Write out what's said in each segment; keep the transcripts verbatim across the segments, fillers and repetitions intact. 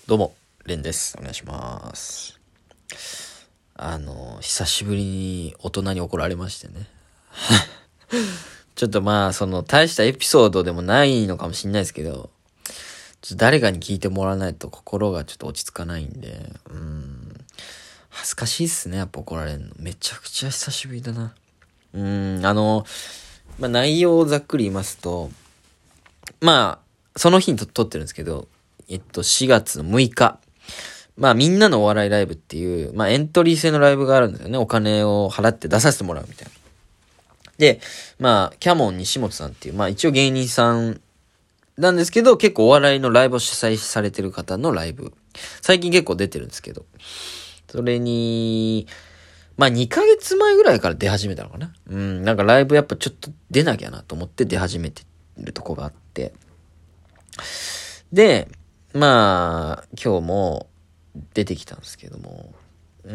どうも、レンです。お願いします。あの、久しぶりに大人に怒られましてね。ちょっとまあ、その、大したエピソードでもないのかもしれないですけど、ちょっと誰かに聞いてもらわないと心がちょっと落ち着かないんで、うーん、恥ずかしいっすね、やっぱ怒られるの。めちゃくちゃ久しぶりだな。うーん、あの、まあ、内容をざっくり言いますと、まあ、その日にと撮ってるんですけど、えっと、しがつのむいか。まあ、みんなのお笑いライブっていう、まあ、エントリー制のライブがあるんですよね。お金を払って出させてもらうみたいな。で、まあ、キャモン西本さんっていう、まあ、一応芸人さんなんですけど、結構お笑いのライブを主催されてる方のライブ。最近結構出てるんですけど。それに、まあ、にかげつまえぐらいから出始めたのかな。うん、なんかライブやっぱちょっと出なきゃなと思って出始めてるとこがあって。で、まあ、今日も出てきたんですけども。うん。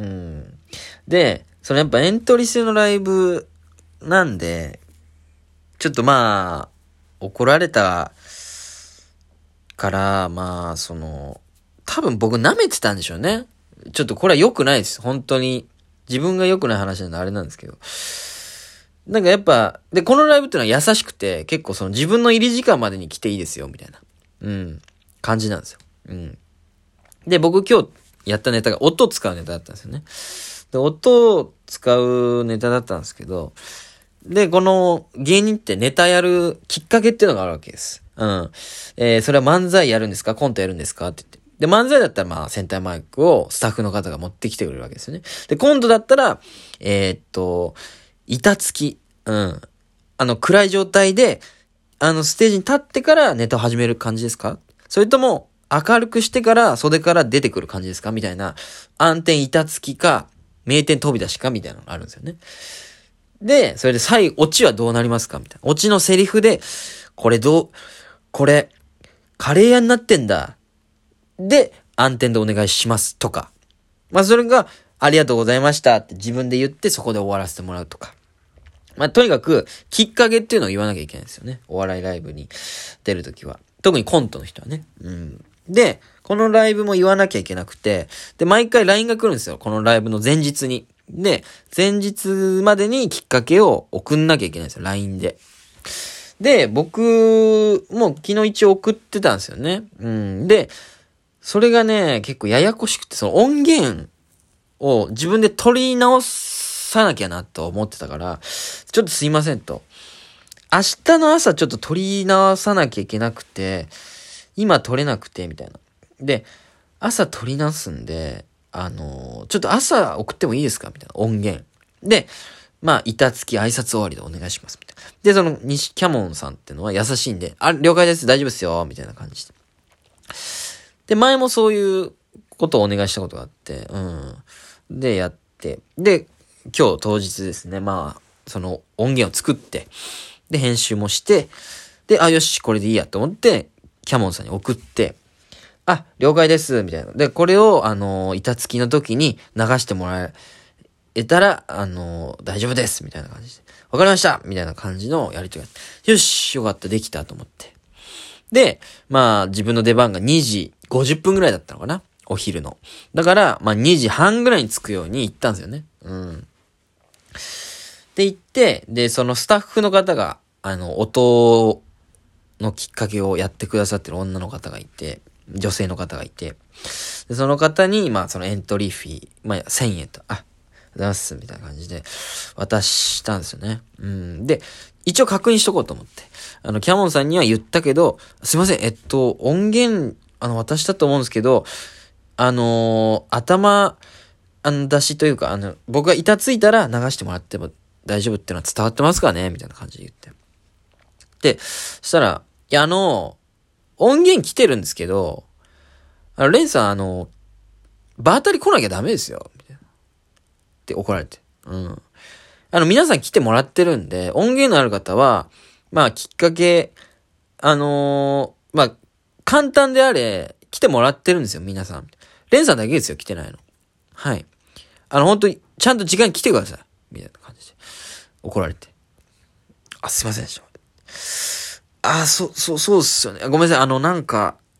で、そのやっぱエントリー制のライブなんで、ちょっとまあ、怒られたから、まあ、その、多分僕舐めてたんでしょうね。ちょっとこれは良くないです。本当に。自分が良くない話なんであれなんですけど。なんかやっぱ、で、このライブっていうのは優しくて、結構その自分の入り時間までに来ていいですよ、みたいな。うん。感じなんですよ。うん。で、僕今日やったネタが音を使うネタだったんですよね。で、音を使うネタだったんですけど、で、この芸人ってネタやるきっかけっていうのがあるわけです。うん。えー、それは漫才やるんですかコントやるんですかって言って。で、漫才だったらまあ、センターマイクをスタッフの方が持ってきてくれるわけですよね。で、コントだったら、えー、っと、板付き。うん。あの、暗い状態で、あの、ステージに立ってからネタを始める感じですかそれとも、明るくしてから袖から出てくる感じですかみたいな、暗転板付きか、名店飛び出しかみたいなのがあるんですよね。で、それで最後、オチはどうなりますかみたいな。オチのセリフで、これどう、これ、カレー屋になってんだ。で、暗転でお願いしますとか。まあ、それが、ありがとうございましたって自分で言ってそこで終わらせてもらうとか。まあ、とにかく、きっかけっていうのを言わなきゃいけないんですよね。お笑いライブに出るときは。特にコントの人はね。うん。で、このライブも言わなきゃいけなくて、で、毎回 ライン が来るんですよ。このライブの前日に。で、前日までにきっかけを送んなきゃいけないんですよ。ライン で。で、僕も昨日一応送ってたんですよね。うん。で、それがね、結構ややこしくて、その音源を自分で取り直さなきゃなと思ってたから、ちょっとすいませんと。明日の朝ちょっと取り直さなきゃいけなくて、今取れなくて、みたいな。で、朝取り直すんで、あのー、ちょっと朝送ってもいいですかみたいな音源。で、まあ、板付き挨拶終わりでお願いします。みたいな。で、その、西キャモンさんってのは優しいんで、あ、了解です。大丈夫ですよ。みたいな感じで。で、前もそういうことをお願いしたことがあって、うん。で、やって。で、今日当日ですね。まあ、その音源を作って、で、編集もして、で、あ、よし、これでいいやと思って、キャモンさんに送って、あ、了解です、みたいな。で、これを、あのー、板付きの時に流してもらえたら、あのー、大丈夫です、みたいな感じで。わかりましたみたいな感じのやりとりが。よし、よかった、できたと思って。で、まあ、自分の出番がにじごじゅっぷんぐらいだったのかなお昼の。だから、まあ、にじはんぐらいに着くように行ったんですよね。うん。って言って、で、そのスタッフの方が、あの、音のきっかけをやってくださってる女の方がいて、女性の方がいて、でその方に、まあ、そのエントリーフィー、まあ、せんえんと、あ、ありがとうございます、みたいな感じで、渡したんですよね。うん。で、一応確認しとこうと思って。あの、キャモンさんには言ったけど、すいません、えっと、音源、あの、渡したと思うんですけど、あのー、頭、あの、出しというか、あの、僕が板ついたら流してもらっても大丈夫ってのは伝わってますかねみたいな感じで言って。で、そしたら、いや、あの、音源来てるんですけど、あの、レンさん、あの、場当たり来なきゃダメですよ。みたいな。って怒られて。うん。あの、皆さん来てもらってるんで、音源のある方は、まあ、きっかけ、あのー、まあ、簡単であれ、来てもらってるんですよ、皆さん。レンさんだけですよ、来てないの。はい。あの、本当に、ちゃんと時間に来てください。みたいな感じで。怒られて。あ、すいませんでした。あ、そう、そう、そうっすよね。ごめんなさい。あの、なんか、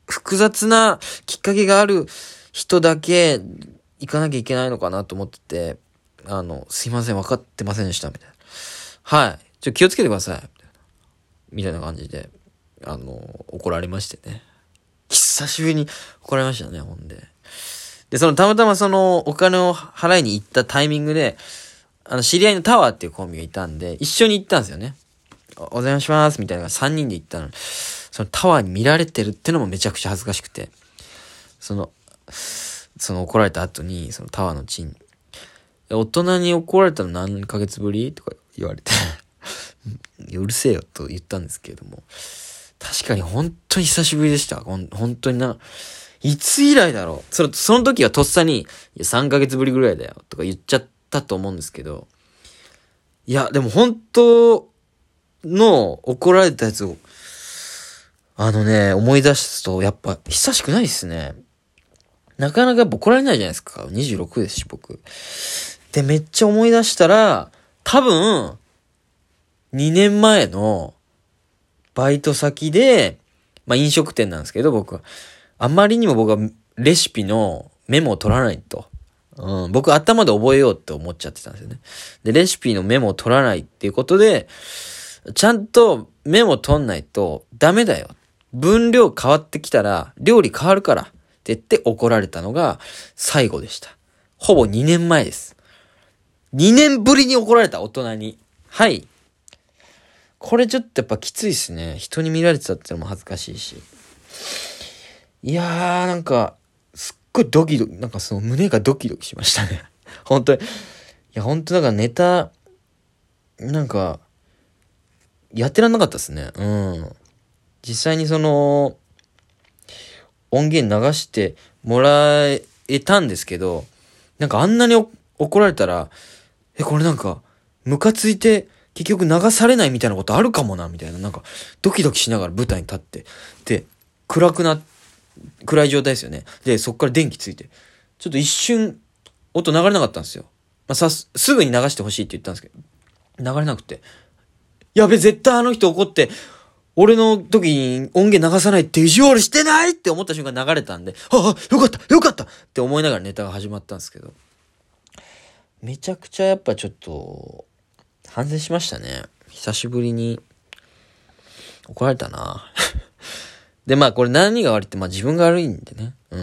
複雑なきっかけがある人だけ行かなきゃいけないのかなと思ってて、あの、すいません、分かってませんでした、みたいな。はい。ちょ、気をつけてください、みたいな。みたいな感じで、あの、怒られましてね。久しぶりに怒られましたね、ほんで。で、その、たまたまその、お金を払いに行ったタイミングで、あの、知り合いのタワーっていうコンビがいたんで、一緒に行ったんですよね。お邪魔します、みたいなさんにんで行ったのに、そのタワーに見られてるってのもめちゃくちゃ恥ずかしくて、その、その怒られた後に、そのタワーのチン、大人に怒られたの何ヶ月ぶりとか言われて、うるせえよと言ったんですけれども、確かに本当に久しぶりでした。ほん本当にな、いつ以来だろう。その、その時はとっさに、いや、さんかげつぶりぐらいだよ、とか言っちゃったと思うんですけど、いや、でも本当の怒られたやつを、あのね、思い出すと、やっぱ、久しくないっすね。なかなか怒られないじゃないですか。にじゅうろくですし、僕。で、めっちゃ思い出したら、多分、にねんまえの、バイト先で、まあ飲食店なんですけど、僕は。あまりにも僕はレシピのメモを取らないと。うん、僕頭で覚えようって思っちゃってたんですよね。で、レシピのメモを取らないっていうことで、ちゃんとメモ取んないとダメだよ。分量変わってきたら料理変わるからって言って怒られたのが最後でした。ほぼにねんまえです。にねんぶりに怒られた大人に。はい。これちょっとやっぱきついですね。人に見られてたってのも恥ずかしいし。いやーなんか、すっごいドキドキ、なんかその胸がドキドキしましたね。本当に。いや本当だからネタ、なんか、やってらんなかったですね。うん。実際にその、音源流してもらえたんですけど、なんかあんなに怒られたら、え、これなんか、ムカついて結局流されないみたいなことあるかもな、みたいな。なんか、ドキドキしながら舞台に立って、で、暗くな、暗い状態ですよね。で、そっから電気ついて、ちょっと一瞬、音流れなかったんですよ。まあ、さす、すぐに流してほしいって言ったんですけど、流れなくて。やべ、絶対あの人怒って、俺の時に音源流さないって意地悪してないって思った瞬間流れたんで、ああ、よかったよかったって思いながらネタが始まったんですけど、めちゃくちゃやっぱちょっと、反省しましたね。久しぶりに怒られたな。で、まあこれ何が悪いって、まあ自分が悪いんでね。うん、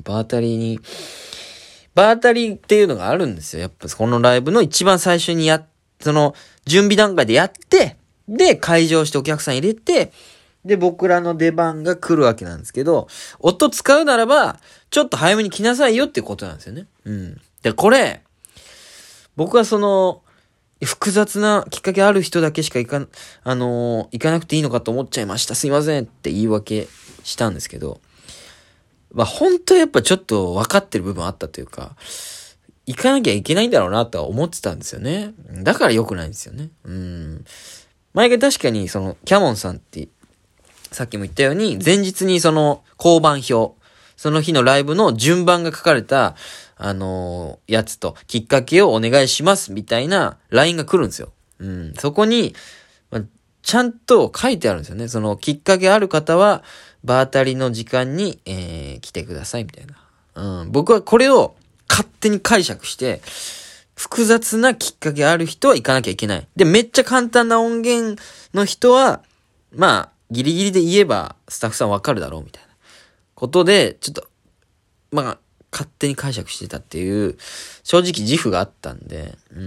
場当たりに、場当たりっていうのがあるんですよ。やっぱこのライブの一番最初にやっ、その、準備段階でやって、で、会場してお客さん入れて、で、僕らの出番が来るわけなんですけど、音使うならば、ちょっと早めに来なさいよってことなんですよね。うん。で、これ、僕はその、複雑なきっかけある人だけしか行か、あのー、行かなくていいのかと思っちゃいました。すいませんって言い訳したんですけど、まあ本当はやっぱちょっと分かってる部分あったというか、行かなきゃいけないんだろうなとは思ってたんですよね。だから良くないんですよね。うん。毎回確かにその、キャモンさんって、さっきも言ったように、前日にその、交番表、その日のライブの順番が書かれた、あのー、やつと、きっかけをお願いします、みたいな ライン が来るんですよ。うん。そこに、まあ、ちゃんと書いてあるんですよね。その、きっかけある方は、場当たりの時間に、えー、来てください、みたいな。うん。僕はこれを勝手に解釈して、複雑なきっかけある人は行かなきゃいけない。で、めっちゃ簡単な音源の人は、まあ、ギリギリで言えばスタッフさんわかるだろうみたいなことで、ちょっと、まあ、勝手に解釈してたっていう、正直自負があったんで、うん。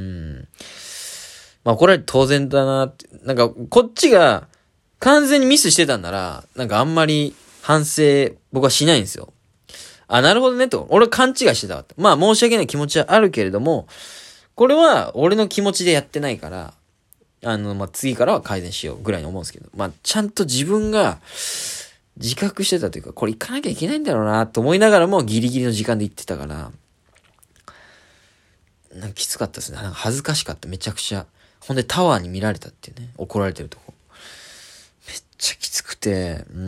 まあ、これは当然だなって、なんか、こっちが完全にミスしてたんなら、なんかあんまり反省、僕はしないんですよ。あ、なるほどねと。俺は勘違いしてたわと。まあ、申し訳ない気持ちはあるけれども、これは俺の気持ちでやってないから、あの、まあ、次からは改善しようぐらいに思うんですけど、まあ、ちゃんと自分が自覚してたというか、これ行かなきゃいけないんだろうなと思いながらもギリギリの時間で行ってたから、なんかきつかったですね。なんか恥ずかしかった、めちゃくちゃ。ほんでタワーに見られたっていうね、怒られてるとこ。めっちゃきつくて、うん。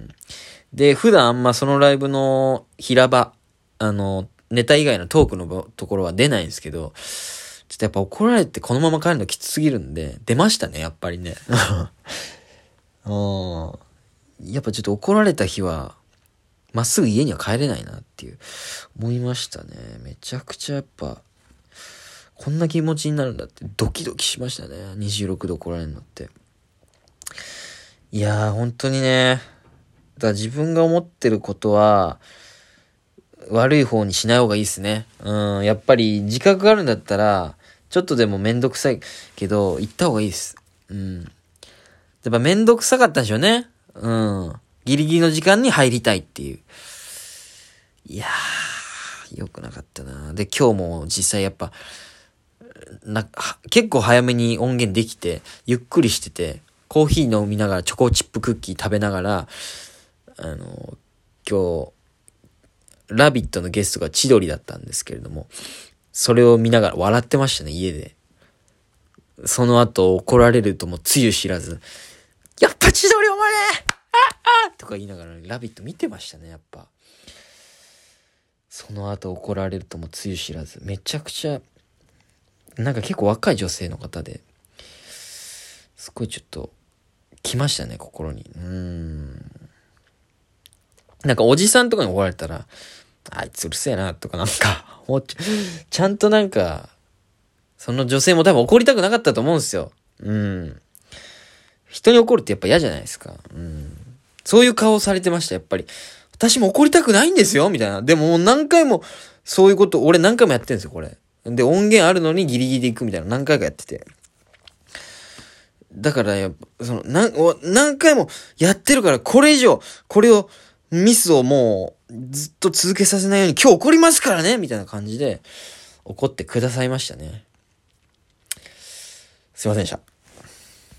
で、普段あんまそのライブの平場、あの、ネタ以外のトークのところは出ないんですけど、ちょっとやっぱ怒られてこのまま帰るのきつすぎるんで、出ましたね、やっぱりね。うん。やっぱちょっと怒られた日は、 まっすぐ家には帰れないなっていう、思いましたね。めちゃくちゃやっぱ、こんな気持ちになるんだってドキドキしましたね。にじゅうろくど来られるのって。いやー、本当にね。だから自分が思ってることは、悪い方にしない方がいいですね。うん、やっぱり自覚があるんだったら、ちょっとでもめんどくさいけど、行った方がいいです。うん。やっぱめんどくさかったんでしょうね。うん。ギリギリの時間に入りたいっていう。いやー、良くなかったな。で、今日も実際やっぱ、な、結構早めに音源できて、ゆっくりしてて、コーヒー飲みながらチョコチップクッキー食べながら、あの、今日、ラビットのゲストが千鳥だったんですけれども、それを見ながら笑ってましたね、家で。その後怒られるともつゆ知らず、やっぱ千鳥お前ねああとか言いながら、ね、ラビット見てましたね、やっぱ。その後怒られるともつゆ知らず、めちゃくちゃ、なんか結構若い女性の方で、すごいちょっと、来ましたね、心に。うーん。なんかおじさんとかに怒られたら、あいつうるせえな、とかなんか、もうち、ちゃんとなんか、その女性も多分怒りたくなかったと思うんですよ。うん。人に怒るってやっぱ嫌じゃないですか。うん。そういう顔されてました、やっぱり。私も怒りたくないんですよ、みたいな。でも何回も、そういうこと、俺何回もやってるんですよ、これ。で、音源あるのにギリギリで行くみたいな何回かやってて。だからやっぱ、その、なん、何回もやってるから、これ以上、これを、ミスをもう、ずっと続けさせないように、今日怒りますからねみたいな感じで、怒ってくださいましたね。すいませんでした。